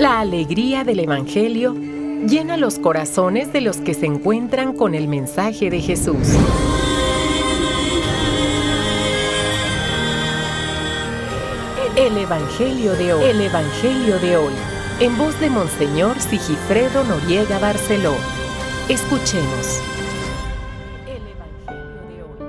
La alegría del Evangelio llena los corazones de los que se encuentran con el mensaje de Jesús. El Evangelio de hoy. El Evangelio de hoy. En voz de Monseñor Sigifredo Noriega Barceló. Escuchemos. El Evangelio de hoy.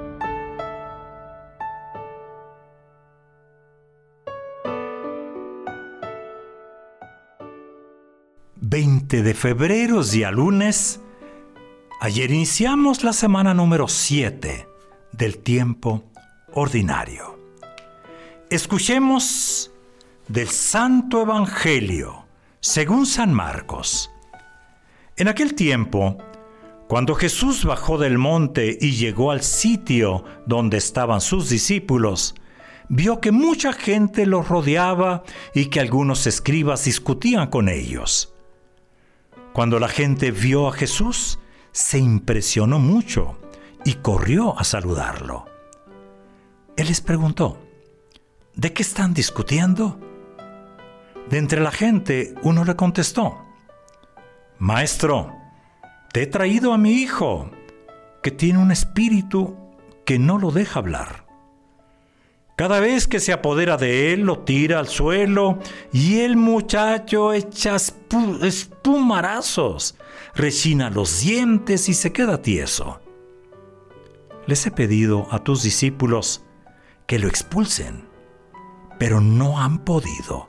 20 de febrero, día lunes. Ayer iniciamos la semana número 7 del tiempo ordinario. Escuchemos del Santo Evangelio según San Marcos. En aquel tiempo, cuando Jesús bajó del monte y llegó al sitio donde estaban sus discípulos, vio que mucha gente los rodeaba y que algunos escribas discutían con ellos. Cuando la gente vio a Jesús, se impresionó mucho y corrió a saludarlo. Él les preguntó: ¿de qué están discutiendo? De entre la gente, uno le contestó: Maestro, te he traído a mi hijo, que tiene un espíritu que no lo deja hablar. Cada vez que se apodera de él, lo tira al suelo y el muchacho echa espumarazos, rechina los dientes y se queda tieso. Les he pedido a tus discípulos que lo expulsen, pero no han podido.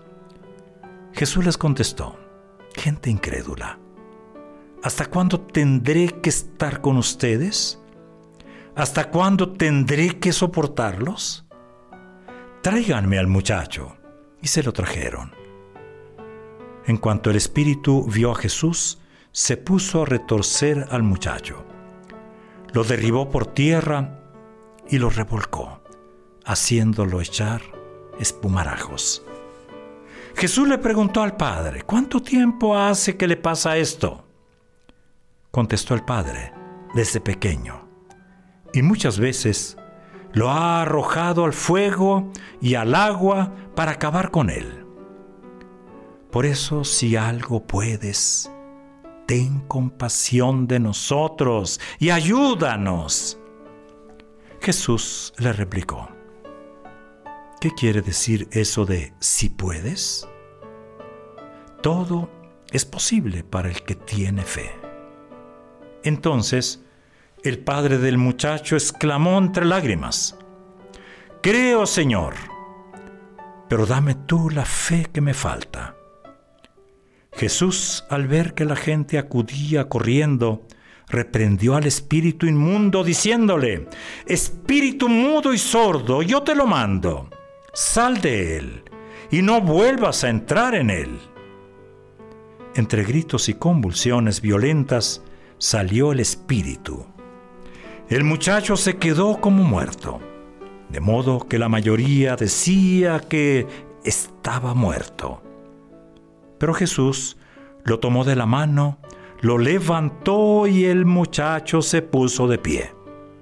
Jesús les contestó: gente incrédula, ¿hasta cuándo tendré que estar con ustedes? ¿Hasta cuándo tendré que soportarlos? Tráiganme al muchacho. Y se lo trajeron. En cuanto el espíritu vio a Jesús, se puso a retorcer al muchacho. Lo derribó por tierra y lo revolcó, haciéndolo echar espumarajos. Jesús le preguntó al padre: ¿cuánto tiempo hace que le pasa esto? Contestó el padre: desde pequeño. Y muchas veces lo ha arrojado al fuego y al agua para acabar con él. Por eso, si algo puedes, ten compasión de nosotros y ayúdanos. Jesús le replicó: ¿qué quiere decir eso de si puedes? Todo es posible para el que tiene fe. Entonces, el padre del muchacho exclamó entre lágrimas: creo, Señor, pero dame tú la fe que me falta. Jesús, al ver que la gente acudía corriendo, reprendió al espíritu inmundo diciéndole: espíritu mudo y sordo, yo te lo mando, sal de él y no vuelvas a entrar en él. Entre gritos y convulsiones violentas salió el espíritu. El muchacho se quedó como muerto, de modo que la mayoría decía que estaba muerto. Pero Jesús lo tomó de la mano, lo levantó y el muchacho se puso de pie.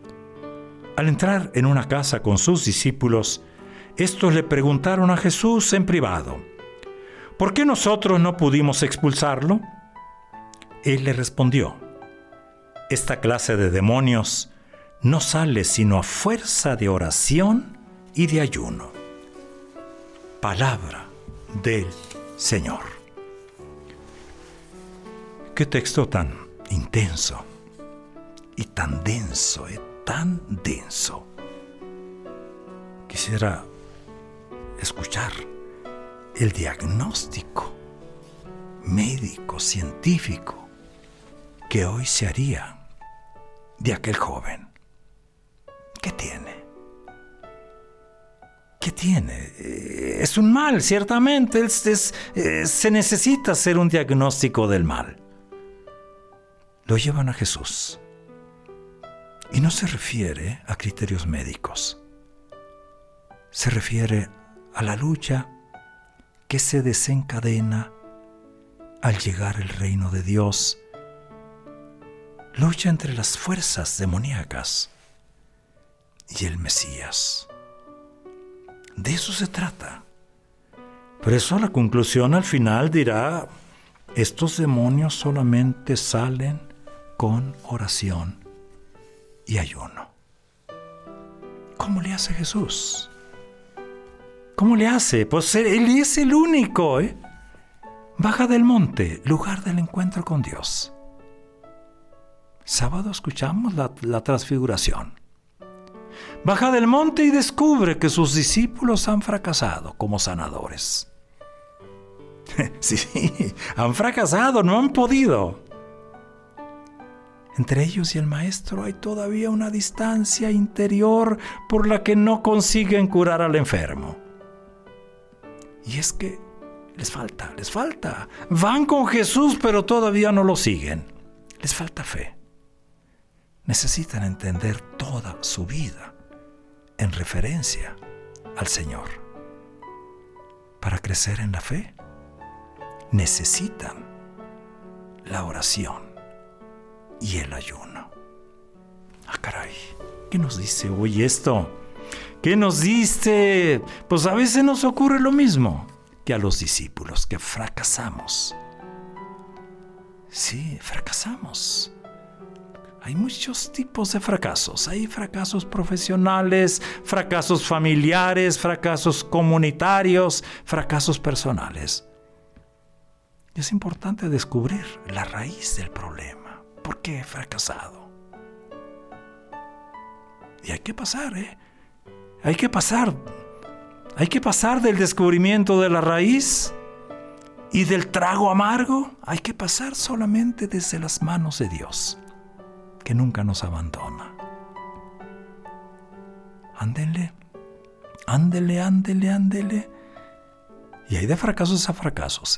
Al entrar en una casa con sus discípulos, estos le preguntaron a Jesús en privado: ¿por qué nosotros no pudimos expulsarlo? Él le respondió: esta clase de demonios no sale sino a fuerza de oración y de ayuno. Palabra del Señor. Qué texto tan intenso y tan denso, tan denso. Quisiera escuchar el diagnóstico médico, científico, que hoy se haría de aquel joven. ¿Qué tiene? ¿Qué tiene? Es un mal, ciertamente. Se necesita hacer un diagnóstico del mal. Lo llevan a Jesús. Y no se refiere a criterios médicos. Se refiere a la lucha que se desencadena al llegar el reino de Dios. Lucha entre las fuerzas demoníacas y el Mesías. De eso se trata. Por eso la conclusión al final dirá, estos demonios solamente salen con oración y ayuno. ¿Cómo le hace Jesús? ¿Cómo le hace? Pues Él es el único, Baja del monte, lugar del encuentro con Dios. Sábado escuchamos la transfiguración. Baja del monte y descubre que sus discípulos han fracasado como sanadores. Sí, han fracasado, no han podido. Entre ellos y el maestro hay todavía una distancia interior por la que no consiguen curar al enfermo. Y es que les falta. Van con Jesús, pero todavía no lo siguen. Les falta fe. Necesitan entender toda su vida en referencia al Señor. Para crecer en la fe, necesitan la oración y el ayuno. Caray, ¿qué nos dice hoy esto? ¿Qué nos dice? Pues a veces nos ocurre lo mismo que a los discípulos, que fracasamos. Sí, fracasamos. Hay muchos tipos de fracasos. Hay fracasos profesionales, fracasos familiares, fracasos comunitarios, fracasos personales. Es importante descubrir la raíz del problema. ¿Por qué he fracasado? Y hay que pasar, Hay que pasar del descubrimiento de la raíz y del trago amargo. Hay que pasar solamente desde las manos de Dios, que nunca nos abandona. Ándele. Y hay de fracasos a fracasos.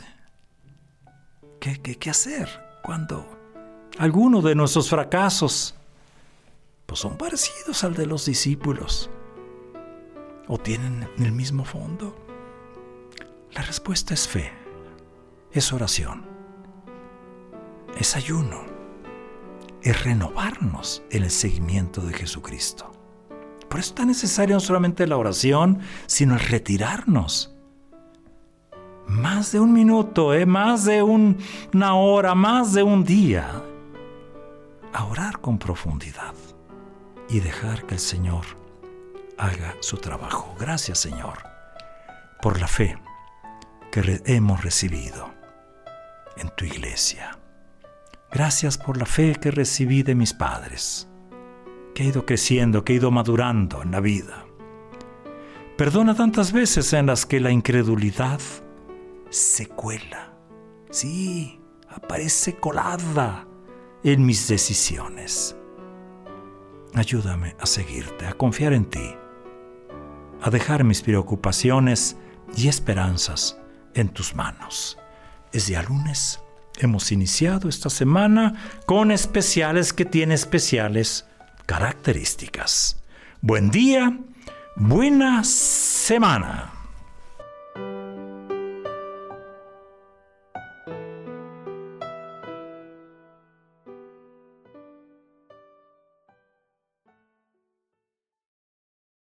¿Qué hacer cuando algunos de nuestros fracasos pues son parecidos al de los discípulos o tienen el mismo fondo? La respuesta es fe, es oración, es ayuno, es renovarnos en el seguimiento de Jesucristo. Por eso es tan necesaria no solamente la oración, sino el retirarnos. Más de un minuto, más de una hora, más de un día, a orar con profundidad y dejar que el Señor haga su trabajo. Gracias, Señor, por la fe que hemos recibido en tu iglesia. Gracias por la fe que recibí de mis padres, que he ido creciendo, que he ido madurando en la vida. Perdona tantas veces en las que la incredulidad se cuela. Sí, aparece colada en mis decisiones. Ayúdame a seguirte, a confiar en ti, a dejar mis preocupaciones y esperanzas en tus manos. Es día lunes. Hemos iniciado esta semana con especiales que tienen especiales características. Buen día, buena semana.